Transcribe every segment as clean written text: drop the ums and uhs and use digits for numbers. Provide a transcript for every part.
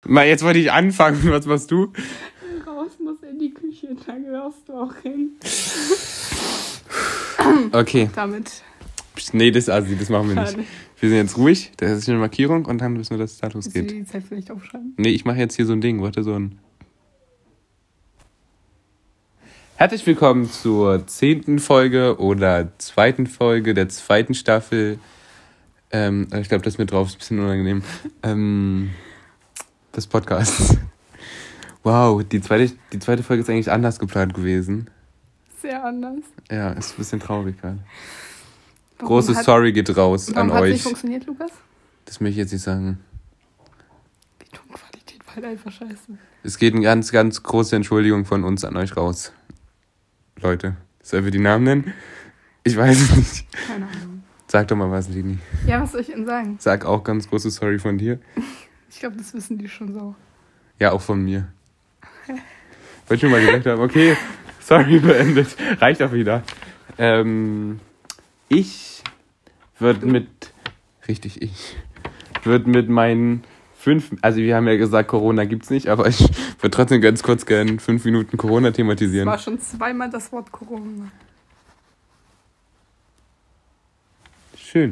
Mal, jetzt wollte ich anfangen. Was machst du? Raus muss in die Küche, da gehörst du auch hin. Okay. Damit. Nee, das machen wir nicht. Wir sind jetzt ruhig, das ist eine Markierung und dann wissen wir, dass es da losgeht. Willst du die Zeit vielleicht aufschreiben? Nee, ich mache jetzt hier so ein Ding, warte, so ein... Herzlich willkommen zur 10. Folge oder 2. Folge der 2. Staffel. Ich glaube, das mit drauf ist ein bisschen unangenehm. Des Podcasts. Wow, die zweite Folge ist eigentlich anders geplant gewesen. Sehr anders. Ja, ist ein bisschen traurig gerade. Große Sorry geht raus an euch. Warum hat es nicht funktioniert, Lukas? Das möchte ich jetzt nicht sagen. Die Tonqualität war halt einfach scheiße. Es geht eine ganz, ganz große Entschuldigung von uns an euch raus. Leute, sollen wir die Namen nennen? Ich weiß es nicht. Keine Ahnung. Sag doch mal was, Lini. Ja, was soll ich denn sagen? Sag auch ganz große Sorry von dir. Ich glaube, das wissen die schon so. Ja, auch von mir. Wollte ich schon mal gesagt haben, okay, sorry, beendet. Reicht auch wieder. Ich würde mit meinen 5, also wir haben ja gesagt, Corona gibt's nicht, aber ich würde trotzdem ganz kurz gerne 5 Minuten Corona thematisieren. Es war schon zweimal das Wort Corona. Schön.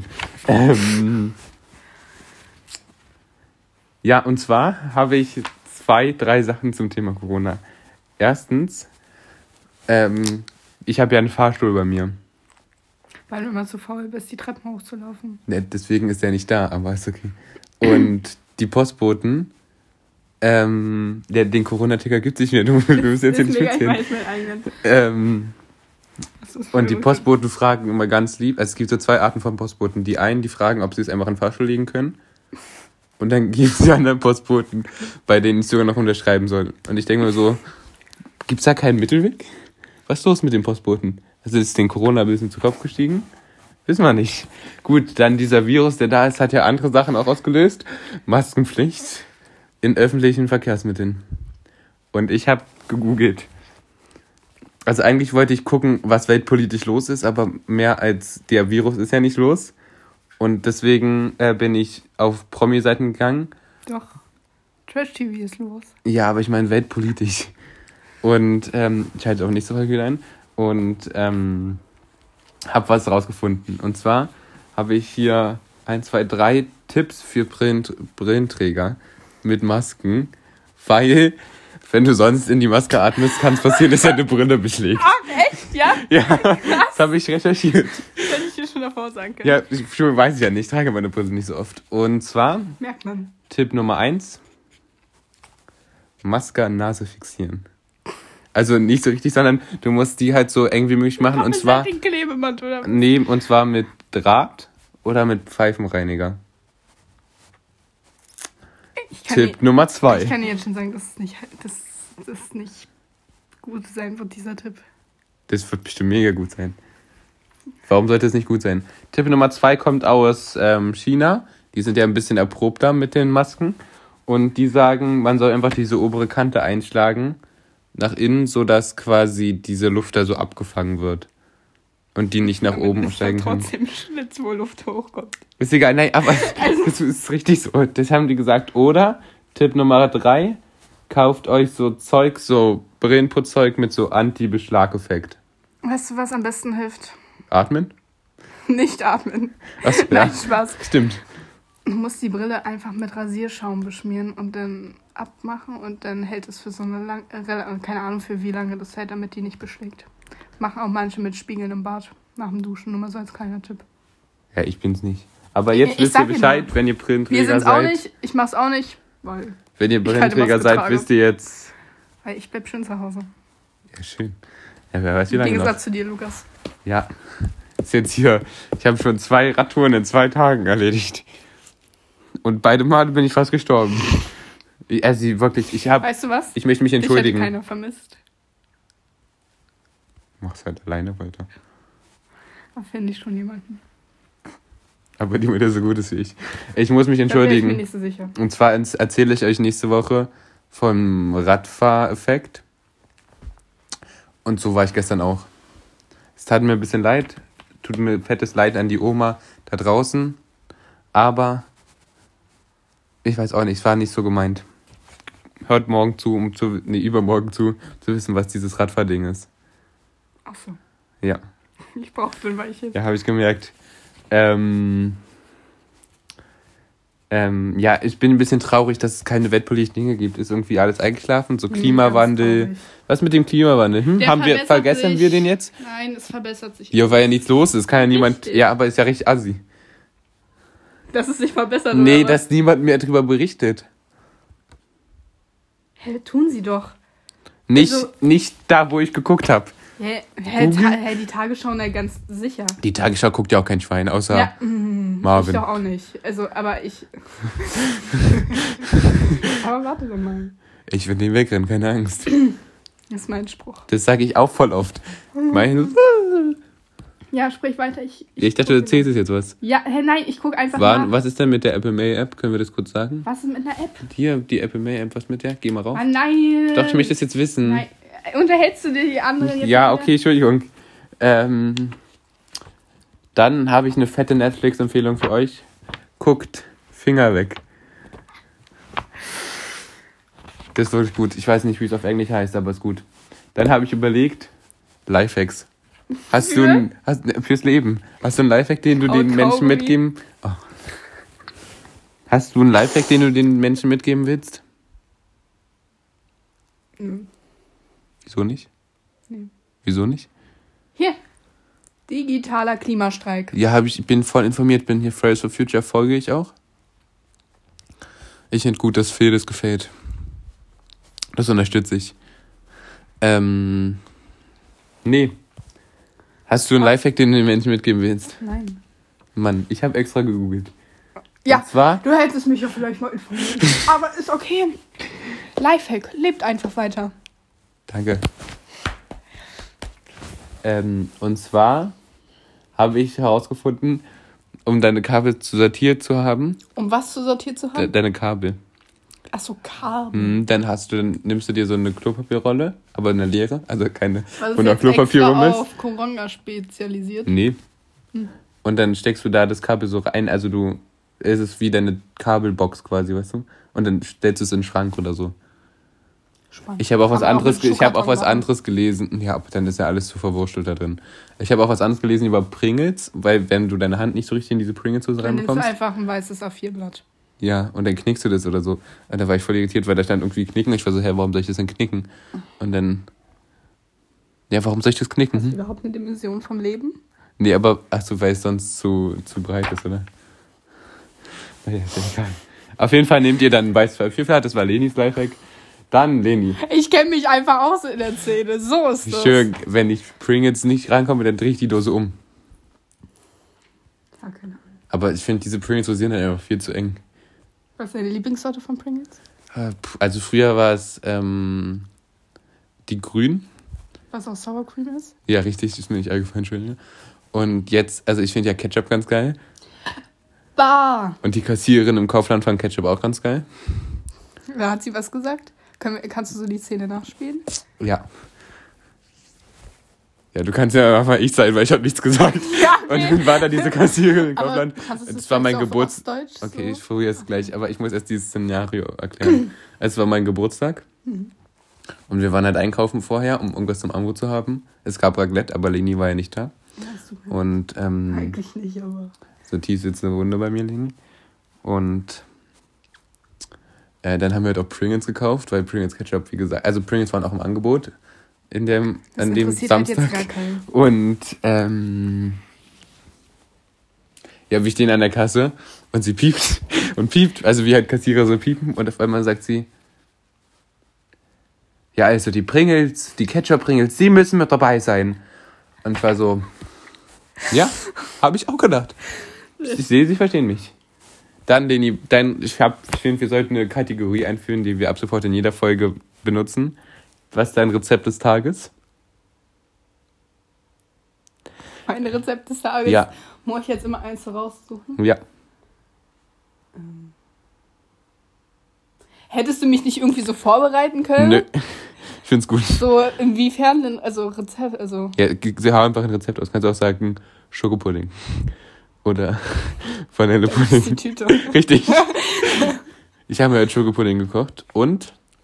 Ja, und zwar habe ich 3 Sachen zum Thema Corona. Erstens, ich habe ja einen Fahrstuhl bei mir. Weil du immer zu faul bist, die Treppen hochzulaufen. Ne, deswegen ist der nicht da, aber ist okay. Und die Postboten, den Corona-Ticker gibt es nicht mehr. Du musst jetzt nicht mitzählen. Und die Postboten fragen immer ganz lieb, also es gibt so 2 Arten von Postboten. Die einen, die fragen, ob sie es einfach in den Fahrstuhl legen können. Und dann gibt es die anderen Postboten, bei denen ich sogar noch unterschreiben soll. Und ich denke mir so, gibt es da keinen Mittelweg? Was ist los mit den Postboten? Also ist den Corona ein bisschen zu Kopf gestiegen? Wissen wir nicht. Gut, dann dieser Virus, der da ist, hat ja andere Sachen auch ausgelöst. Maskenpflicht in öffentlichen Verkehrsmitteln. Und ich habe gegoogelt. Also eigentlich wollte ich gucken, was weltpolitisch los ist, aber mehr als der Virus ist ja nicht los. Und deswegen bin ich auf Promi-Seiten gegangen. Doch, Trash-TV ist los. Ja, aber ich meine weltpolitisch. Und ich halte auch nicht so viel ein. Und habe was rausgefunden. Und zwar habe ich hier 1, 2, 3 Tipps für Brillenträger mit Masken. Weil, wenn du sonst in die Maske atmest, kann es passieren, dass deine Brille beschlägt. Ach, echt? Ja? Ja, das habe ich recherchiert. Hätte ich dir schon davor sagen können. Ja, weiß ich ja nicht. Ich trage meine Brille nicht so oft. Und zwar, merkt man. Tipp Nummer 1, Maske an Nase fixieren. Also nicht so richtig, sondern du musst die halt so eng wie möglich machen. Und zwar, den Klebeband, oder was? nee, und zwar mit Draht oder mit Pfeifenreiniger. Tipp Nummer 2. Ich kann dir jetzt schon sagen, dass es nicht gut sein wird, dieser Tipp. Das wird bestimmt mega gut sein. Warum sollte es nicht gut sein? Tipp Nummer 2 kommt aus China. Die sind ja ein bisschen erprobter mit den Masken. Und die sagen, man soll einfach diese obere Kante einschlagen nach innen, sodass quasi diese Luft da so abgefangen wird. Und die nicht nach oben steigen kann. Trotzdem Schlitz, wo Luft hochkommt. Ist egal, nein, aber das ist richtig so. Das haben die gesagt. Oder, Tipp Nummer 3, kauft euch so Zeug, so Brillenputzzeug mit so Anti-Beschlag-Effekt. Weißt du, was am besten hilft? Atmen? Nicht atmen. Achso, Nein, ja. Spaß. Stimmt. Du musst die Brille einfach mit Rasierschaum beschmieren und dann abmachen und dann hält es für so eine lange, keine Ahnung für wie lange das hält, damit die nicht beschlägt. Machen auch manche mit Spiegeln im Bad nach dem Duschen, nur mal so als kleiner Tipp. Ja, ich bin's nicht. Aber jetzt wisst ihr Bescheid, wenn ihr Brillenträger Wir sind's seid. auch nicht, ich mach's auch nicht, weil Wenn ihr Brillenträger seid, wisst ihr jetzt... Weil ich bleib schön zu Hause. Ja, schön. Ja, wer weiß, wie Im lange Gegensatz noch. zu dir, Lukas. Ja, ist jetzt hier... Ich habe schon 2 Radtouren in 2 Tagen erledigt. Und beide Male bin ich fast gestorben. Also wirklich, Weißt du was? Ich möchte mich entschuldigen. Ich hätte keiner vermisst. Mach's halt alleine weiter. Da finde ich schon jemanden. Aber niemand, der so gut ist wie ich. Ich muss mich Da bin ich entschuldigen. mir nicht so sicher. Und zwar erzähle ich euch nächste Woche vom Radfahreffekt. Und so war ich gestern auch. Es tat mir ein bisschen leid. Tut mir fettes Leid an die Oma da draußen. Aber ich weiß auch nicht, es war nicht so gemeint. hört morgen zu, übermorgen zu wissen, was dieses Radfahrding ist. Ach so. Ja. Ich brauche den, weil ich jetzt... Ja, habe ich gemerkt. Ja, ich bin ein bisschen traurig, dass es keine weltpolitischen Dinge gibt. Ist irgendwie alles eingeschlafen? So Klimawandel. Was mit dem Klimawandel? Vergessen wir den jetzt? Nein, es verbessert sich. Ja, weil ja nichts los ist. Kann ja niemand... Richtig. Ja, aber ist ja richtig assi. Dass es sich verbessert, Nee, oder was? dass niemand mehr darüber berichtet. Hä, tun sie doch. Nicht, Also- nicht da, wo ich geguckt habe. Hä, die Tagesschau, na, ganz sicher. Die Tagesschau guckt ja auch kein Schwein, außer Ja, Marvin. ich doch auch nicht. Also, aber ich... aber warte doch mal. Ich will den wegrennen, keine Angst. Das ist mein Spruch. Das sage ich auch voll oft. Ja, sprich weiter. Ich dachte, du erzählst jetzt was. Ja, nein, ich gucke einfach nach. Was ist denn mit der Apple Mail App? Können wir das kurz sagen? Was ist mit einer App? Hier, die Apple Mail App, was mit der? Geh mal rauf. Ah, nein. Doch, ich möchte das jetzt wissen. Nein. Unterhältst du dir die anderen jetzt? Ja, wieder? okay, Entschuldigung. Dann habe ich eine fette Netflix-Empfehlung für euch. Guckt Finger weg. Das ist wirklich gut. Ich weiß nicht, wie es auf Englisch heißt, aber ist gut. Dann habe ich überlegt, Lifehacks. Fürs Leben. Hast du einen Lifehack, den du den Menschen mitgeben... Oh. Hast du einen Lifehack, den du den Menschen mitgeben willst? Wieso nicht? Nee. Wieso nicht? Hier. Digitaler Klimastreik. Ja, ich bin voll informiert, bin hier Fridays for Future, folge ich auch. Ich finde gut, dass Phil das gefällt. Das unterstütze ich. Nee. Hast du einen Lifehack, den du den Menschen mitgeben willst? Nein. Mann, ich habe extra gegoogelt. Ja, Und zwar, du hättest mich ja vielleicht mal informiert. Aber ist okay. Lifehack. Lebt einfach weiter. danke. Und zwar habe ich herausgefunden, um deine Kabel sortiert zu haben, Um was zu sortiert zu haben? deine Kabel. Achso, Kabel. Dann nimmst du dir so eine Klopapierrolle, aber eine leere, also keine, Was wo ist noch jetzt Klopapier extra rum ist. auf Corona spezialisiert? Nee. Und dann steckst du da das Kabel so rein, also es ist wie deine Kabelbox quasi, weißt du? Und dann stellst du es in den Schrank oder so. Spannend. Ich habe auch was Kann man anderes, mit ich habe auch was Schuhkarton anderes gelesen. Ja, aber dann ist ja alles zu verwurstelt da drin. Ich habe auch was anderes gelesen über Pringles, weil wenn du deine Hand nicht so richtig in diese Pringles-Hose Dann nimmst du reinbekommst. einfach ein weißes A4-Blatt. Ja, und dann knickst du das oder so. Und da war ich voll irritiert, weil da stand irgendwie knicken. Ich war so, warum soll ich das denn knicken? Und dann, ja, warum soll ich das knicken? Hm? Überhaupt eine Dimension vom Leben? Nee, aber, weil es sonst zu breit ist, oder? Naja, ist ja egal. Auf jeden Fall nehmt ihr dann ein weißes Papierblatt, das war Lenis Lifehack. Dann, Leni. Ich kenne mich einfach aus in der Szene. So ist das. Schön, wenn ich Pringles nicht rankomme, dann drehe ich die Dose um. Ja, keine Ahnung. Aber ich finde, diese Pringles sind halt einfach viel zu eng. Was ist deine Lieblingssorte von Pringles? Also früher war es die grün. Was auch Sour Cream ist? Ja, richtig, ist mir nicht eingefallen, Entschuldigung. Und jetzt, also ich finde ja Ketchup ganz geil. Bah! Und die Kassiererin im Kaufland fand Ketchup auch ganz geil. Da hat sie was gesagt. Kannst du so die Szene nachspielen? Ja. Ja, du kannst ja einfach ich sein, weil ich habe nichts gesagt. Ja, Und dann war da diese Kassiererin im Aber Kaufland. kannst du Es war mein so auf Geburtstag. Ostdeutsch Okay, ich so? probiere es gleich, aber ich muss erst dieses Szenario erklären. Es war mein Geburtstag. Und wir waren halt einkaufen vorher, um irgendwas zum Angebot zu haben. Es gab Raclette, aber Leni war ja nicht da. Ja, super. Und Eigentlich nicht, aber... so tief sitzt eine Wunde bei mir, Leni. Und dann haben wir halt auch Pringles gekauft, weil Pringles Ketchup, wie gesagt, also Pringles waren auch im Angebot an dem interessiert Samstag. halt jetzt gar keinen. Und ja, wir stehen an der Kasse und sie piept und piept, also wie halt Kassierer so piepen und auf einmal sagt sie, ja, also die Pringles, die Ketchup-Pringles, die müssen mit dabei sein. Und ich war so, ja, habe ich auch gedacht. Ich sehe, Sie verstehen mich. Dann, Leni, ich finde, wir sollten eine Kategorie einführen, die wir ab sofort in jeder Folge benutzen. Was ist dein Rezept des Tages? Mein Rezept des Tages. Ja. Muss ich jetzt immer eins raussuchen? Ja. Hättest du mich nicht irgendwie so vorbereiten können? Nö. Ich find's gut. So, inwiefern denn? Also, Rezept, also... Ja, sie haben einfach ein Rezept aus. Kannst du auch sagen, Schokopudding. Oder Vanillepudding. Die Tüte. Richtig. Ich habe mir halt Schokopudding gekocht und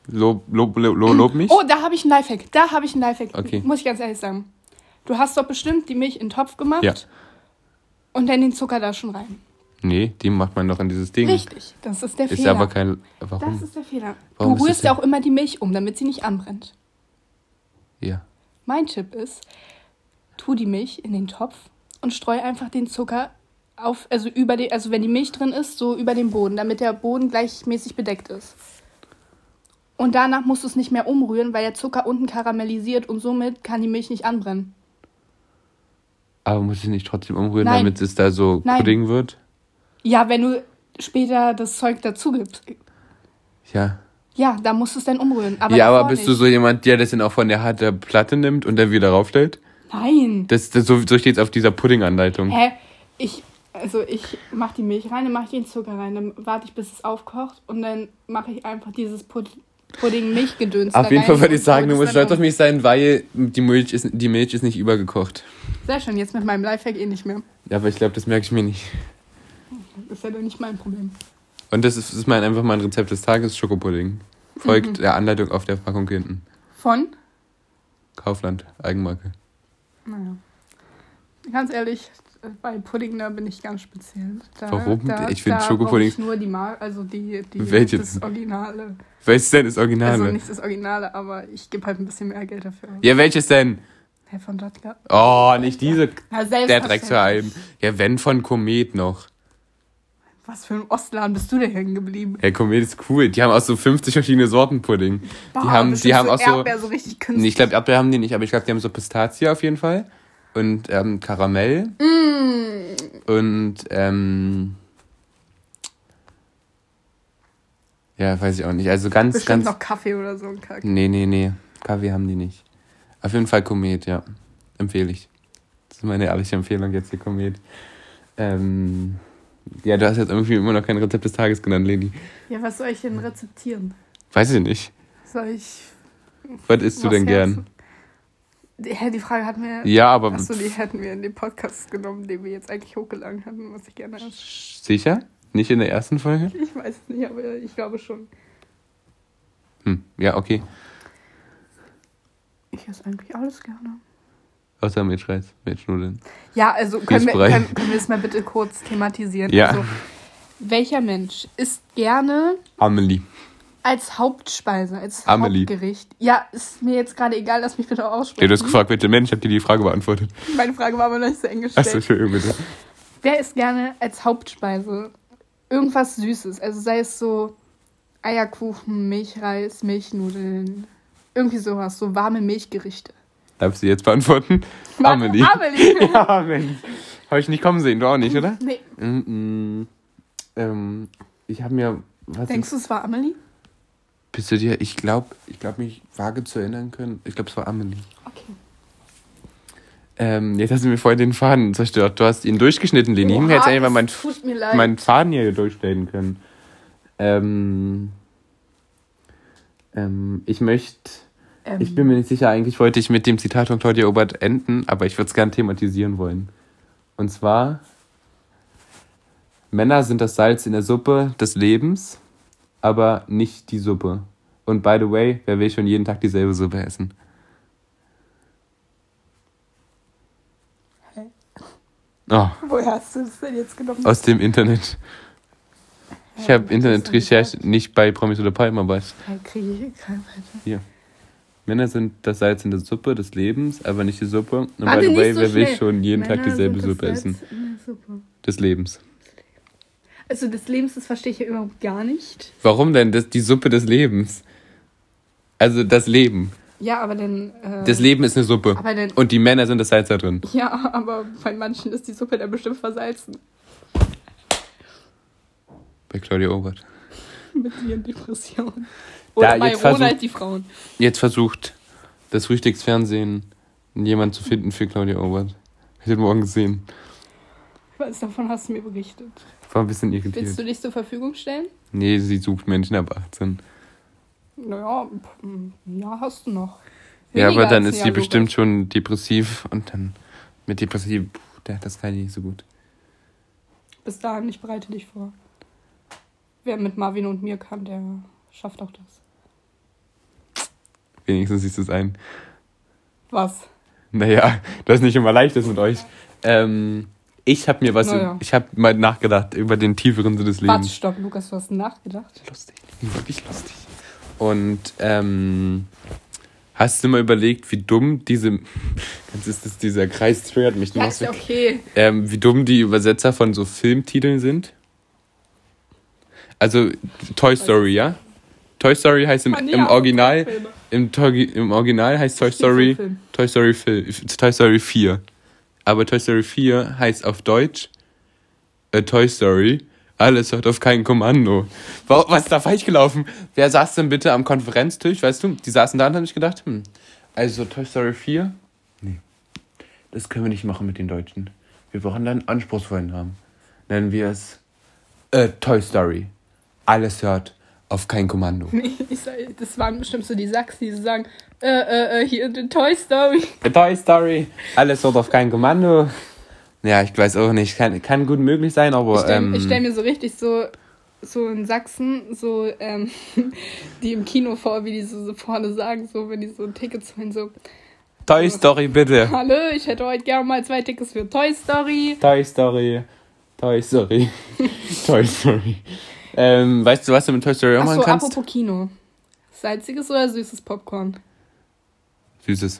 Lob mich. Oh, da habe ich einen Lifehack. Okay. Muss ich ganz ehrlich sagen. Du hast doch bestimmt die Milch in den Topf gemacht. Ja. Und dann den Zucker da schon rein. Nee, die macht man doch in dieses Ding. Richtig, das ist der Ist Fehler. aber kein... Warum? Das ist der Fehler. Warum ist Du das rührst ja denn? auch immer die Milch um, damit sie nicht anbrennt. Ja. Mein Tipp ist, tu die Milch in den Topf und streu einfach den Zucker auf, also wenn die Milch drin ist, so über den Boden, damit der Boden gleichmäßig bedeckt ist. Und danach musst du es nicht mehr umrühren, weil der Zucker unten karamellisiert und somit kann die Milch nicht anbrennen. Aber muss ich nicht trotzdem umrühren, Nein. damit es da so Nein. Pudding wird? Ja, wenn du später das Zeug dazu gibst. Ja. Ja, da musst du es dann umrühren. Aber Ja, aber davor bist du nicht. so jemand, der das dann auch von der harten Platte nimmt und dann wieder raufstellt? Nein. So steht es auf dieser Pudding-Anleitung. Hä? Ich mache die Milch rein, dann mache ich den Zucker rein, dann warte ich, bis es aufkocht und dann mache ich einfach dieses Pudding-Milchgedöns. Auf jeden Fall würde ich sagen, du musst stolz auf mich. mich sein, weil die Milch ist nicht übergekocht. Sehr schön, jetzt mit meinem Lifehack nicht mehr. Ja, aber ich glaube, das merke ich mir nicht. Das ist ja dann nicht mein Problem. Und das ist einfach mein Rezept des Tages, Schokopudding. Folgt der Anleitung auf der Packung hinten. Von? Kaufland, Eigenmarke. Naja. Ganz ehrlich, bei Pudding, da bin ich ganz speziell. Warum? Ich finde Schokopudding... Ich nur die Marke, also Welche? das Originale. Welches denn das Originale? Also nicht das Originale, aber ich gebe halt ein bisschen mehr Geld dafür aus. Ja, welches denn? Herr von Dotka. Oh, nicht diese... Ja, Der Drecksverein. Ja, wenn von Komet noch. Was für ein Ostladen bist du denn hängen geblieben? Ja, Komet ist cool. Die haben auch so 50 verschiedene Sorten Pudding. Die haben auch so... Erdbeer so richtig künstlich. Nee, ich glaube, Erdbeer haben die nicht, aber ich glaube, die haben so Pistazie auf jeden Fall. Und Karamell. Und, ja, weiß ich auch nicht. Also Bestimmt noch Kaffee oder so ein Kack. Nee. Kaffee haben die nicht. Auf jeden Fall Komet, ja. Empfehle ich. Das ist meine ehrliche Empfehlung jetzt, hier Komet. Ja, du hast jetzt irgendwie immer noch kein Rezept des Tages genannt, Leni. Ja, was soll ich denn rezeptieren? Weiß ich nicht. Soll ich... Was isst du denn gern? Die Frage hatten wir... Ja, aber... Achso, die hätten wir in den Podcast genommen, den wir jetzt eigentlich hochgeladen hatten, was ich gerne esse. Sicher? Nicht in der ersten Folge? Ich weiß es nicht, aber ich glaube schon. Ja, okay. Ich esse eigentlich alles gerne. Außer Milchreis, Milchnudeln. Ja, also können Grießbrei. wir das mal bitte kurz thematisieren? Ja. Also, welcher Mensch isst gerne Amelie. als Hauptspeise, als Amelie. Hauptgericht? Ja, ist mir jetzt gerade egal, lass mich bitte Ja, aussprechen. du hast gefragt, bitte Mensch, ich habe dir die Frage beantwortet. Meine Frage war aber noch nicht so eng gestellt. Achso, Entschuldigung, bitte. Wer isst gerne als Hauptspeise irgendwas Süßes? Also sei es so Eierkuchen, Milchreis, Milchnudeln, irgendwie sowas, so warme Milchgerichte. Darf ich sie jetzt beantworten? Amelie. Amelie. Ja, Mensch. Habe ich nicht kommen sehen, du auch nicht, oder? Nee. Ich habe mir... Denkst du, es war Amelie? Bist du dir... Ich glaube, mich vage zu erinnern können. Ich glaube, es war Amelie. Okay. Jetzt hast du mir vorhin den Faden zerstört. Du hast ihn durchgeschnitten, Leni. Ich hätte jetzt einfach tut mir leid. meinen Faden hier durchstellen können. Ich bin mir nicht sicher, eigentlich wollte ich mit dem Zitat von Claudia Obert enden, aber ich würde es gerne thematisieren wollen. Und zwar: Männer sind das Salz in der Suppe des Lebens, aber nicht die Suppe. Und by the way, wer will schon jeden Tag dieselbe Suppe essen? Hä? Oh, Woher hast du das denn jetzt genommen? aus dem Internet. Ich habe Internet-Recherche nicht bei Promis oder Palm, aber Kriege ich keine weiter. hier. Männer sind das Salz in der Suppe des Lebens, aber nicht die Suppe. Und by Warte, the way, nicht so wer will schnell. schon jeden Tag Männer dieselbe sind das Suppe Salz essen? in der Suppe. Des Lebens. Also des Lebens, das verstehe ich ja überhaupt gar nicht. Warum denn? Das die Suppe des Lebens. Also das Leben. Ja, aber dann... Das Leben ist eine Suppe. Aber dann... Und die Männer sind das Salz da drin. Ja, aber bei manchen ist die Suppe dann bestimmt versalzen. Bei Claudia Obert. Mit ihren Depressionen. Oder bei Ronald die Frauen. Jetzt versucht das Frühstücksfernsehen jemand zu finden für Claudia Obert. Ich hätte morgen gesehen. Was davon hast du mir berichtet? War ein bisschen irritiert. Willst du dich zur Verfügung stellen? Nee, sie sucht Menschen ab 18. Naja, ja, hast du noch. Ja, aber Weniger dann als ist ein sie Jahr bestimmt schon depressiv und dann mit depressiv, das kann ich nicht so gut. Bis dahin, ich bereite dich vor. Wer mit Marvin und mir kann, der schafft auch das. Wenigstens siehst du es ein. Was? Naja, das ist nicht immer leicht ist mit euch. Ich habe mir ich habe mal nachgedacht über den tieferen Sinn des Lebens. Warte, stopp, Lukas, du hast nachgedacht? Lustig, wirklich lustig. Und hast du mal überlegt, wie dumm dieser Kreis triggert mich. Ja, ist ja okay. Wie dumm die Übersetzer von so Filmtiteln sind? Also Toy Story, ja? Toy Story heißt im Original im Original heißt Toy Story 4. Aber Toy Story 4 heißt auf Deutsch Toy Story. Alles hört auf kein Kommando. Was ist da falsch gelaufen? Wer saß denn bitte am Konferenztisch, weißt du? Die saßen da und haben sich gedacht, also Toy Story 4? Nee, das können wir nicht machen mit den Deutschen. Wir brauchen dann einen anspruchsvollen Namen. Nennen wir es Toy Story. Alles hört auf kein Kommando. Nee, das waren bestimmt so die Sachs, die sagen, hier in Toy Story. Toy Story. Alles hört auf kein Kommando. Ja, ich weiß auch nicht. Kann gut möglich sein, aber... Ich stell mir so richtig so in Sachsen, die im Kino vor, wie die so vorne sagen, so wenn die so Tickets holen, so... Toy Story, bitte. Hallo, ich hätte heute gerne mal 2 Tickets für Toy Story. Toy Story. Toy Story. Toy Story. Weißt du, was du mit Toy Story auch machen kannst? Apropos Kino. Salziges oder süßes Popcorn? Süßes.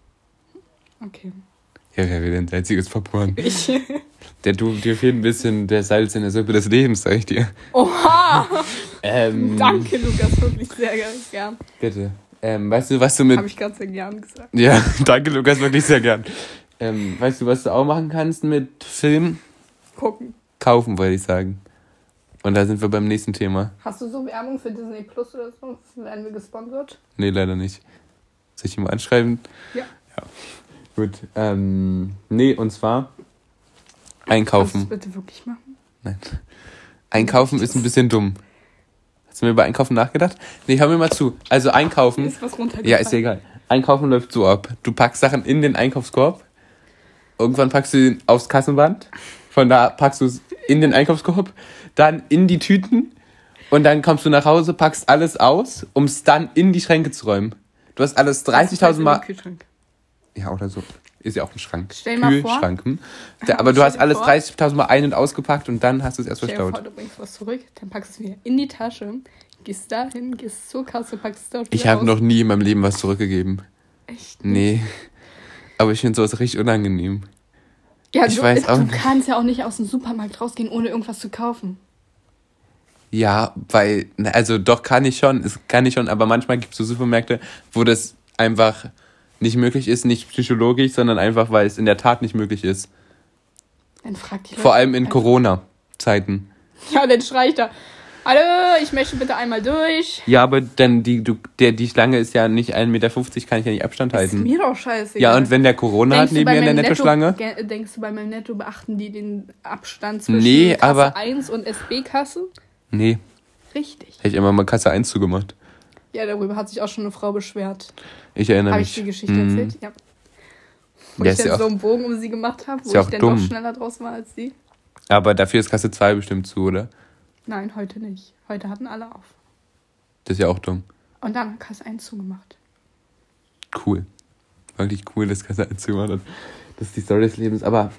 Okay. Ja, wer will denn salziges Popcorn? Dir fehlt ein bisschen der Salz in der Suppe des Lebens, sag ich dir. Oha! Danke, Lukas, wirklich sehr gern. Bitte. Weißt du, was du mit... Habe ich ganz sehr gern gesagt. Ja, danke, Lukas, wirklich sehr gern. Weißt du, was du auch machen kannst mit Film? Gucken. Kaufen, wollte ich sagen. Und da sind wir beim nächsten Thema. Hast du so Werbung für Disney Plus oder so? Werden wir gesponsert? Nee, leider nicht. Soll ich ihn mal anschreiben? Ja. Gut. Nee, und zwar einkaufen. Kannst du das bitte wirklich machen? Nein. Einkaufen ist ein bisschen dumm. Hast du mir über Einkaufen nachgedacht? Nee, hör mir mal zu. Also einkaufen... Ist was runtergefallen. Ja, ist ja egal. Einkaufen läuft so ab. Du packst Sachen in den Einkaufskorb. Irgendwann packst du ihn aufs Kassenband. Von da packst du es in den Einkaufskorb. Dann in die Tüten. Und dann kommst du nach Hause, packst alles aus, um es dann in die Schränke zu räumen. Du hast alles 30.000 Mal... Ja, oder so. Ist ja auch ein Schrank. Stell dir mal vor. Aber du hast alles 30.000 Mal ein- und ausgepackt und dann hast du es erst verstaut. Stell dir vor, du bringst was zurück, dann packst du es wieder in die Tasche, gehst dahin, gehst zur Kasse, packst es dort wieder Ich habe noch nie in meinem Leben was zurückgegeben. Echt? Nee. Aber ich finde sowas richtig unangenehm. Ja, ich weiß auch du nicht. kannst ja auch nicht aus dem Supermarkt rausgehen, ohne irgendwas zu kaufen. Ja, weil, also doch kann ich schon, aber manchmal gibt es so Supermärkte, wo das einfach nicht möglich ist, nicht psychologisch, sondern einfach, weil es in der Tat nicht möglich ist. Dann frag dich. Vor allem in Corona-Zeiten. Ja, dann schrei ich da, hallo, ich möchte bitte einmal durch. Ja, aber dann die Schlange ist ja nicht 1,50 Meter, kann ich ja nicht Abstand halten. Ist mir doch scheißegal. Ja, und wenn der Corona hat neben mir in der Netto-Schlange? Denkst du, bei meinem Netto beachten die den Abstand zwischen Kasse 1 und SB-Kasse? Nee. Richtig. Hätte ich immer mal Kasse 1 zugemacht. Ja, darüber hat sich auch schon eine Frau beschwert. Ich erinnere mich. Habe ich die Geschichte erzählt? Ja. Wo ich dann so einen Bogen um sie gemacht habe, wo ich dann doch schneller draus war als sie. Aber dafür ist Kasse 2 bestimmt zu, oder? Nein, heute nicht. Heute hatten alle auf. Das ist ja auch dumm. Und dann hat Kasse 1 zugemacht. Cool. Wirklich cool, dass Kasse 1 zugemacht hat. Das ist die Story des Lebens, aber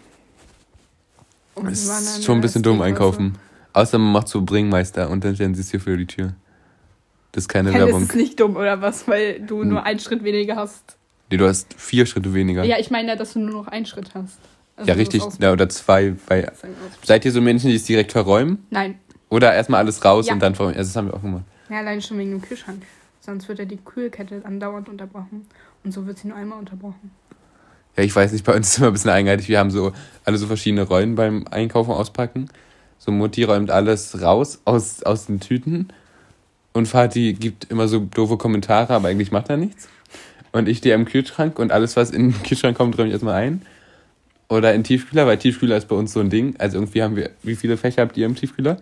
es ist schon ein bisschen dumm einkaufen. Außer man macht so Bringmeister und dann stellen sie es hier vor die Tür. Das ist keine Werbung. Das ist nicht dumm, oder was? Weil du nur einen Schritt weniger hast. Nee, du hast 4 Schritte weniger. Ja, ich meine ja, dass du nur noch einen Schritt hast. Also ja, richtig. Ja, oder 2. Weil seid ihr so Menschen, die es direkt verräumen? Nein. Oder erstmal alles raus und dann verräumen? Also das haben wir auch gemacht. Ja, allein schon wegen dem Kühlschrank. Sonst wird ja die Kühlkette andauernd unterbrochen. Und so wird sie nur einmal unterbrochen. Ja, ich weiß nicht, bei uns ist es immer ein bisschen eigenartig. Wir haben so alle so verschiedene Rollen beim Einkaufen auspacken. So Mutti räumt alles raus aus den Tüten. Und Vati gibt immer so doofe Kommentare, aber eigentlich macht er nichts. Und ich stehe am Kühlschrank und alles, was in den Kühlschrank kommt, räume ich erstmal ein. Oder in Tiefkühler, weil Tiefkühler ist bei uns so ein Ding. Also irgendwie haben wir, wie viele Fächer habt ihr im Tiefkühler?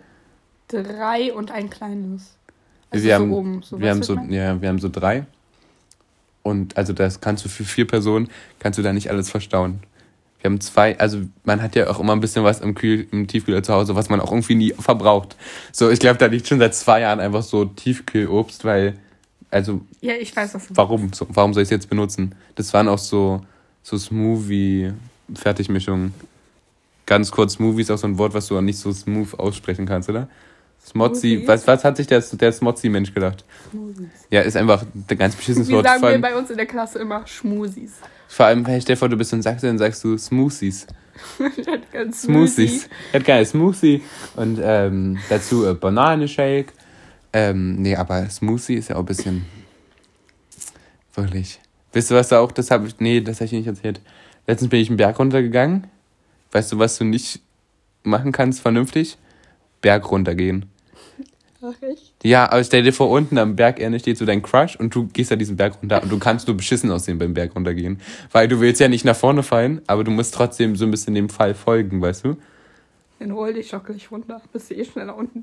3 und ein kleines. Also wir so haben, oben. wir haben so 3. Und also das kannst du für 4 Personen, kannst du da nicht alles verstauen. Wir haben 2, also man hat ja auch immer ein bisschen was im Tiefkühler zu Hause, was man auch irgendwie nie verbraucht. So, ich glaube, da liegt schon seit 2 Jahren einfach so Tiefkühlobst, weil Also, Ja, ich weiß, was du warum soll ich es jetzt benutzen? Das waren auch so Smoothie-Fertigmischungen. Ganz kurz, Smoothie ist auch so ein Wort, was du auch nicht so smooth aussprechen kannst, oder? Smozzi, was hat sich der Smozzi-Mensch gedacht? Schmusis. Ja, ist einfach ein ganz beschissenes Wie Wort. sagen Vor wir allem, bei uns in der Klasse immer Schmusis. vor allem, hey, stell dir vor, du bist in Sachsen, dann sagst du Smoothies. Ganz Smoothies. Er hat geil Smoothie und dazu Bananenshake. Nee, aber Smoothie ist ja auch ein bisschen wirklich. Wisst du, was da auch, das habe ich nicht erzählt. Letztens bin ich einen Berg runtergegangen. Weißt du, was du nicht machen kannst vernünftig? Berg runtergehen. Ach, echt? Ja, aber stell dir vor, unten am Bergende steht so dein Crush und du gehst da diesen Berg runter und du kannst nur beschissen aussehen beim Berg runtergehen. Weil du willst ja nicht nach vorne fallen, aber du musst trotzdem so ein bisschen dem Fall folgen, weißt du? Dann hol dich schockelig runter. Bist du eh schneller unten.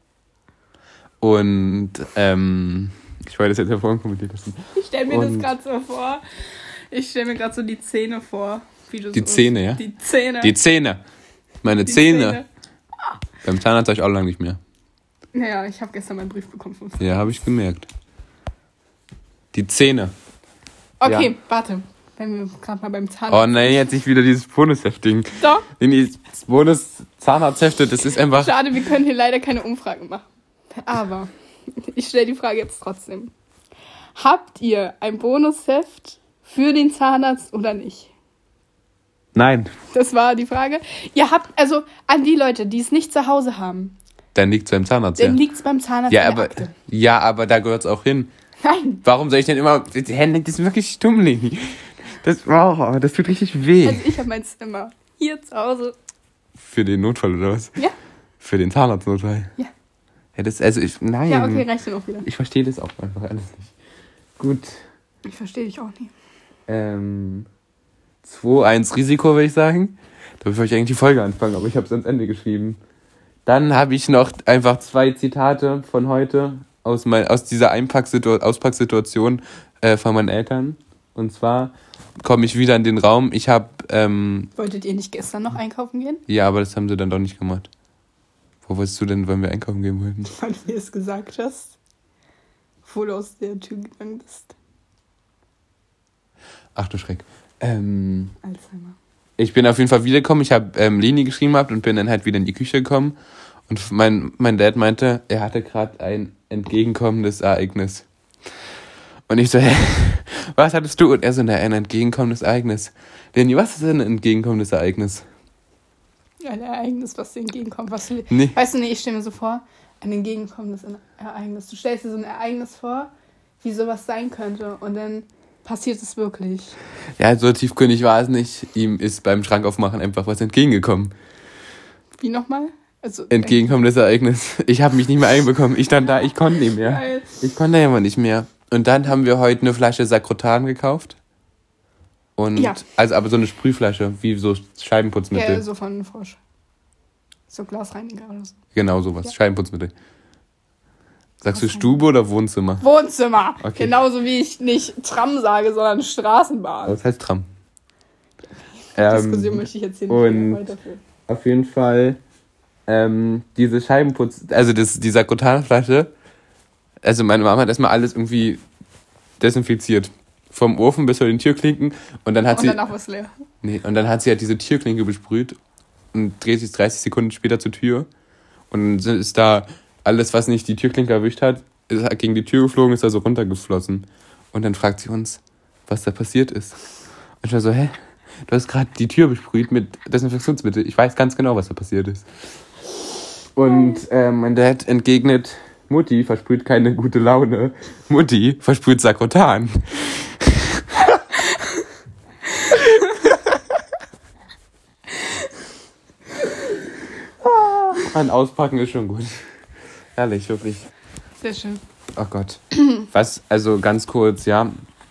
Und, ich wollte das jetzt hervorkommentiert lassen. Ich stelle mir das gerade so vor. Ich stelle mir gerade so die Zähne vor. Wie du Die so Zähne, ja? Die Zähne. Die Zähne. Meine Die Zähne. Beim Zahnarzt habe ich auch lange nicht mehr. Naja, ich habe gestern meinen Brief bekommen vom Ja, habe ich gemerkt. Die Zähne. Okay, Ja. Warte. Wenn wir gerade mal beim Zahnarzt Oh nein, jetzt nicht wieder dieses Bonusheft-Ding. Doch. Nee, das Bonus-Zahnarzthefte, das ist einfach... Schade, wir können hier leider keine Umfrage machen. Aber ich stelle die Frage jetzt trotzdem. Habt ihr ein Bonusheft für den Zahnarzt oder nicht? Nein. Das war die Frage. Ihr habt, also an die Leute, die es nicht zu Hause haben, Dann liegt es beim Zahnarzt, dann ja. liegt es beim Zahnarzt Ja, in der aber, Akte. ja, aber da gehört es auch hin. Nein. Warum soll ich denn immer... Hä, das ist wirklich dumm, Leni. Das tut richtig weh. Also ich habe meins immer hier zu Hause. Für den Notfall oder was? Ja. Für den Zahnarztnotfall? Ja. Ja, nein. Ja, okay, reicht dann auch wieder. Ich verstehe das auch einfach alles nicht. Gut. Ich verstehe dich auch nicht. 2-1 Risiko, würde ich sagen. Damit wollte ich eigentlich die Folge anfangen, aber ich habe es ans Ende geschrieben. Dann habe ich noch einfach 2 Zitate von heute aus dieser Auspacksituation von meinen Eltern. Und zwar komme ich wieder in den Raum. Ich habe... Wolltet ihr nicht gestern noch einkaufen gehen? ja, aber das haben sie dann doch nicht gemacht. Wo wolltest du denn, wollen wir einkaufen gehen wollten? Weil du mir es gesagt hast, bevor du aus der Tür gegangen bist. Ach du Schreck. Alzheimer. Ich bin auf jeden Fall wiedergekommen. Ich habe Leni geschrieben gehabt und bin dann halt wieder in die Küche gekommen. Und mein Dad meinte, er hatte gerade ein entgegenkommendes Ereignis. Und ich so, hä, was hattest du? Und er so, ein entgegenkommendes Ereignis. Leni, was ist denn ein entgegenkommendes Ereignis? Ein Ereignis, was dir entgegenkommt. Nee. Weißt du, ich stelle mir so vor, ein entgegenkommendes Ereignis. Du stellst dir so ein Ereignis vor, wie sowas sein könnte. Und dann passiert es wirklich. Ja, so tiefgründig war es nicht. Ihm ist beim Schrank aufmachen einfach was entgegengekommen. Wie nochmal? Also, Entgegenkommendes Ereignis. Ich habe mich nicht mehr einbekommen. Ich stand da, ich konnte nicht mehr. Geil. Ich konnte ja immer nicht mehr. Und dann haben wir heute eine Flasche Sakrotan gekauft. Und Ja. also aber so eine Sprühflasche, wie so Scheibenputzmittel. Ja, so von Frosch. So Glasreiniger oder so. Genau sowas, Ja. Scheibenputzmittel. Sagst du Was Stube oder Wohnzimmer? Wohnzimmer. Okay. Genauso wie ich nicht Tram sage, sondern Straßenbahn. Was heißt Tram? Diskussion möchte ich jetzt hier nicht und- mehr weiterführen. Auf jeden Fall diese die Sakrotanflasche, also meine Mama hat erstmal alles irgendwie desinfiziert. Vom Ofen bis zu den Türklinken und dann hat Und danach war es leer. und dann hat sie halt diese Türklinke besprüht und dreht sich 30 Sekunden später zur Tür und dann ist da alles, was nicht die Türklinke erwischt hat, ist gegen die Tür geflogen, ist da so runtergeflossen. Und dann fragt sie uns, was da passiert ist. Und ich war so, hä? Du hast gerade die Tür besprüht mit Desinfektionsmittel. Ich weiß ganz genau, was da passiert ist. Und mein Dad entgegnet, Mutti versprüht keine gute Laune. Mutti versprüht Sakrotan. Ein Auspacken ist schon gut. Herrlich, wirklich. Sehr schön. Oh Gott. Was, also ganz kurz, ja.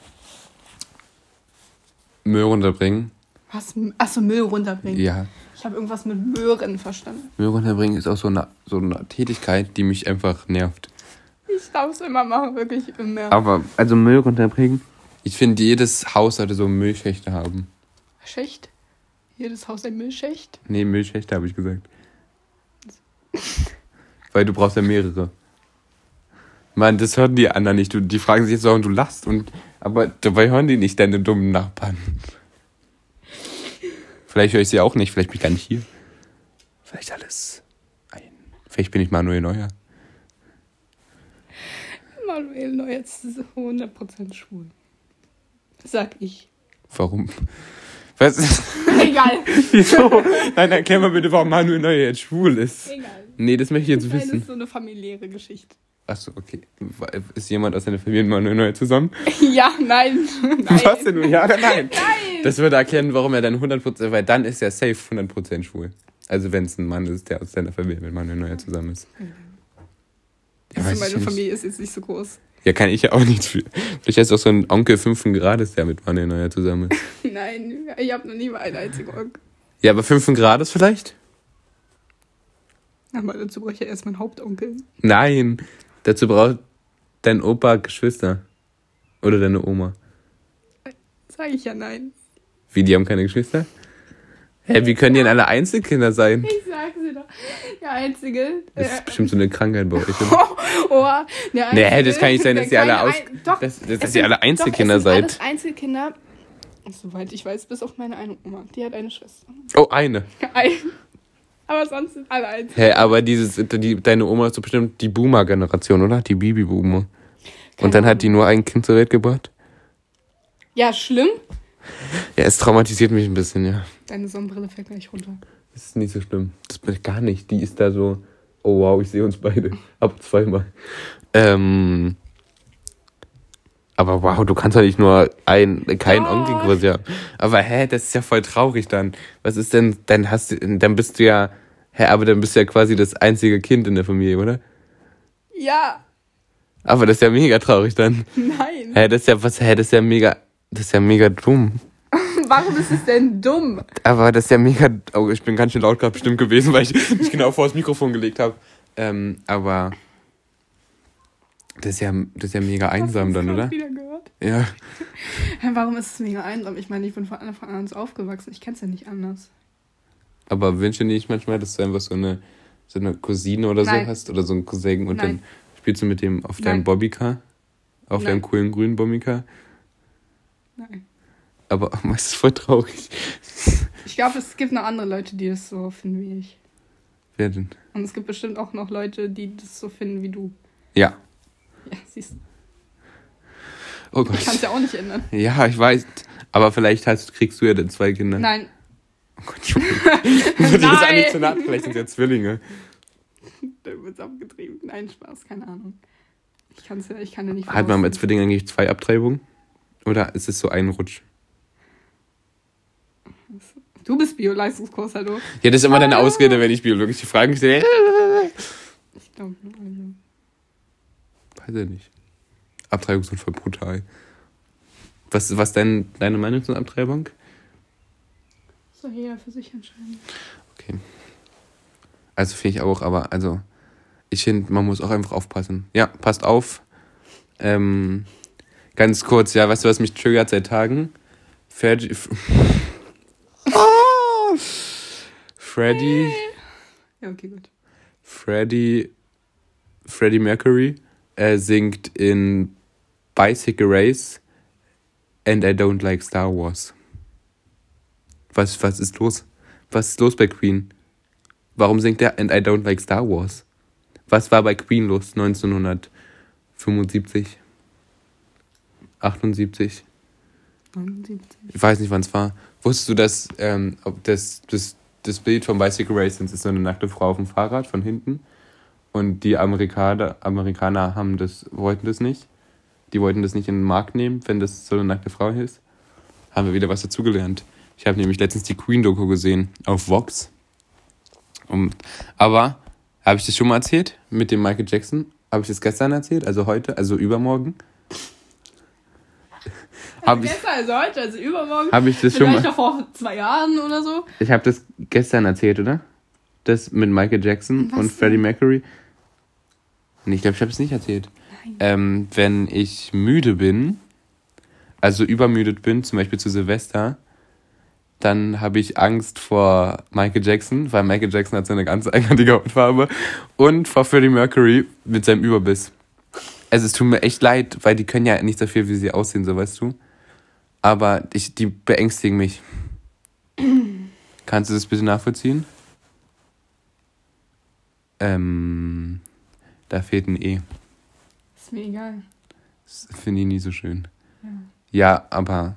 Müll runterbringen. Was? Achso, Müll runterbringen. Ja. Ich habe irgendwas mit Möhren verstanden. Müll runterbringen ist auch so eine Tätigkeit, die mich einfach nervt. Ich darf es immer machen, wirklich immer. Aber, also Müll runterbringen. Ich finde, jedes Haus sollte so Müllschächte haben. Schicht? Jedes Haus ein Müllschicht? Nee, Müllschächte habe ich gesagt. Weil du brauchst ja mehrere. Mann, das hören die anderen nicht. Die fragen sich jetzt, warum du lachst. Aber dabei hören die nicht deine dummen Nachbarn. Vielleicht höre ich sie auch nicht. Vielleicht bin ich gar nicht hier. Vielleicht alles ein. Vielleicht bin ich Manuel Neuer. Manuel Neuer ist 100% schwul. Sag ich. Warum? Was? Egal. Wieso? Nein, erklär mal bitte, warum Manuel Neuer jetzt schwul ist. Egal. Nee, das möchte ich jetzt Nein, das wissen. ist so eine familiäre Geschichte. Achso, okay. Ist jemand aus deiner Familie mit Manuel Neuer zusammen? Ja, nein. Was denn nun? Ja oder nein? Nein. Das würde erklären, warum er dann 100%, weil dann ist er safe 100% schwul. Also wenn es ein Mann ist, der aus deiner Familie mit Manuel Neuer zusammen ist. Ja, Also weiß meine ich nicht. Familie ist jetzt nicht so groß. Ja, kann ich ja auch nichts für. Vielleicht ist auch so ein Onkel 5. Grades, der mit Manuel Neuer zusammen ist. Nein, ich habe noch nie mal einen einzigen Onkel. Ja, aber 5. Grades vielleicht? Aber dazu brauche ich ja erst meinen Hauptonkel. Nein. Dazu braucht dein Opa Geschwister. Oder deine Oma. Sag ich ja nein. Wie, die haben keine Geschwister? Hä, wie können die denn alle Einzelkinder sein? Ich sag's dir doch. Der Einzige. Das ist bestimmt so eine Krankheit bei euch, oder? Oh, der Einzige. Nee, das kann nicht sein, dass ihr alle Doch, dass ihr alle Einzelkinder doch, es sind seid. alles Einzelkinder. Soweit ich weiß, bis auf meine eine Oma. Die hat eine Schwester. Oh, eine. Aber sonst sind alle Einzelkinder. Hä, aber deine Oma ist doch bestimmt die Boomer-Generation, oder? Die Baby-Boomer. Und dann hat die nur ein Kind zur Welt gebracht? Ja, schlimm. Ja, es traumatisiert mich ein bisschen, ja. Deine Sonnenbrille fällt gleich runter. Das ist nicht so schlimm. Das bin ich gar nicht. Die ist da so, oh wow, ich sehe uns beide. Aber zweimal. Aber wow, du kannst ja nicht nur keinen Onkel quasi haben. Aber das ist ja voll traurig dann. Was ist denn, dann bist du ja, aber dann bist du ja quasi das einzige Kind in der Familie, oder? Ja. Aber das ist ja mega traurig dann. Nein. Das ist ja mega dumm. Warum ist es denn dumm? Aber das ist ja mega, oh, ich bin ganz schön laut gerade bestimmt gewesen, weil ich mich genau vor das Mikrofon gelegt habe. Aber das ist ja mega einsam dann, oder? Wieder gehört? Ja. Warum ist es mega einsam? Ich meine, ich bin von Anfang an so aufgewachsen. Ich kenn's ja nicht anders. Aber wünsche nicht manchmal, dass du einfach so eine Cousine oder so hast oder so einen Cousin und dann spielst du mit dem auf deinem Bobbycar? Auf deinem coolen grünen Bobbycar? Nein. Aber es ist voll traurig. Ich glaube, es gibt noch andere Leute, die das so finden wie ich. Wer denn? Und es gibt bestimmt auch noch Leute, die das so finden wie du. Ja. Ja, siehst du. Oh Gott. Ich kann es ja auch nicht ändern. Ja, ich weiß. Aber vielleicht kriegst du ja dann 2 Kinder. Nein. Oh Gott, Entschuldigung. Wird dir das auch nicht zu nahe? Vielleicht sind es ja Zwillinge. Da wird's abgetrieben. Nein, Spaß, keine Ahnung. Ich kann ja nicht. Hat man mit Zwillingen eigentlich 2 Abtreibungen? Oder ist es so ein Rutsch? Du bist Bio-Leistungskurs, hallo? Ja, das ist immer deine Ausrede, wenn ich biologische Fragen stelle. Ich glaube, Weiß ich nicht. Abtreibungen sind voll brutal. Was ist deine Meinung zur Abtreibung? soll jeder für sich entscheiden. Okay. Also finde ich auch, aber ich finde, man muss auch einfach aufpassen. Ja, passt auf. Ganz kurz, ja, weißt du, was mich triggert seit Tagen? Freddy. Ja, okay, gut. Freddie Mercury singt in Bicycle Race and I don't like Star Wars. Was ist los? Was ist los bei Queen? Warum singt er and I don't like Star Wars? Was war bei Queen los 1975? 78? 79. Ich weiß nicht, wann es war. Wusstest du, dass das Bild von Bicycle Race ist so eine nackte Frau auf dem Fahrrad von hinten? Und die Amerikaner wollten das nicht. Die wollten das nicht in den Markt nehmen, wenn das so eine nackte Frau ist. Haben wir wieder was dazugelernt. Ich habe nämlich letztens die Queen-Doku gesehen auf Vox. Aber, habe ich das schon mal erzählt mit dem Michael Jackson? Habe ich das gestern erzählt? Also heute? Also übermorgen? Gestern, also heute, also übermorgen. Habe ich das schon mal? Vielleicht noch vor 2 Jahren oder so. Ich habe das gestern erzählt, oder? Das mit Michael Jackson und Freddie Mercury. Nee, ich glaube, ich habe es nicht erzählt. Nein. Wenn ich müde bin, also übermüdet bin, zum Beispiel zu Silvester, dann habe ich Angst vor Michael Jackson, weil Michael Jackson hat so eine ganz eigenartige Hautfarbe, und vor Freddie Mercury mit seinem Überbiss. Also es tut mir echt leid, weil die können ja nicht so viel, wie sie aussehen, so weißt du. Aber die beängstigen mich. Kannst du das bitte nachvollziehen? Da fehlt ein E. Ist mir egal. Das finde ich nie so schön. Ja. Ja,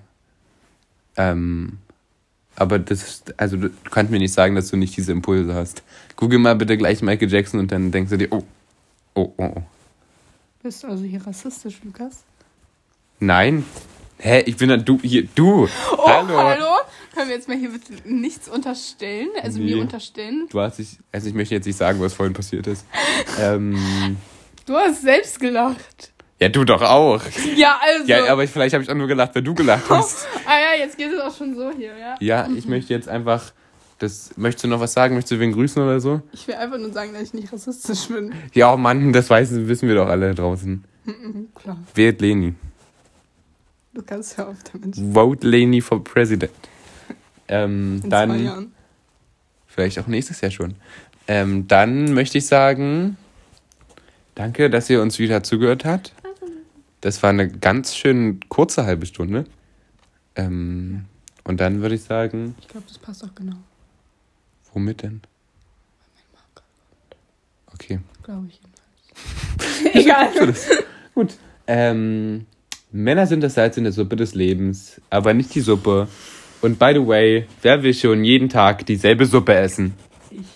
aber das, also du kannst mir nicht sagen, dass du nicht diese Impulse hast. Google mal bitte gleich Michael Jackson und dann denkst du dir, oh. Bist du also hier rassistisch, Lukas? Nein. Hä, ich bin du. Oh, hallo? Können wir jetzt mal hier bitte nichts unterstellen? Also Nee. mir unterstellen? Ich möchte jetzt nicht sagen, was vorhin passiert ist. Du hast selbst gelacht. Ja, du doch auch. Ja, also. Ja, aber vielleicht habe ich auch nur gelacht, weil du gelacht hast. Ja, jetzt geht es auch schon so hier, ja? Ja, ich möchte jetzt einfach, möchtest du noch was sagen? Möchtest du wen grüßen oder so? Ich will einfach nur sagen, dass ich nicht rassistisch bin. Ja, oh Mann, das wissen wir doch alle draußen. Klar. Wählt Leni. Du kannst ja auf damit. Vote Leni for President. In 2 Dann, Jahren. vielleicht auch nächstes Jahr schon. Dann möchte ich sagen, danke, dass ihr uns wieder zugehört habt. Das war eine ganz schön kurze halbe Stunde. Und dann würde ich sagen, Ich glaube, das passt auch genau. womit denn? Okay. Glaube ich jedenfalls. Egal. Gut. Männer sind das Salz in der Suppe des Lebens, aber nicht die Suppe. Und by the way, wer will schon jeden Tag dieselbe Suppe essen?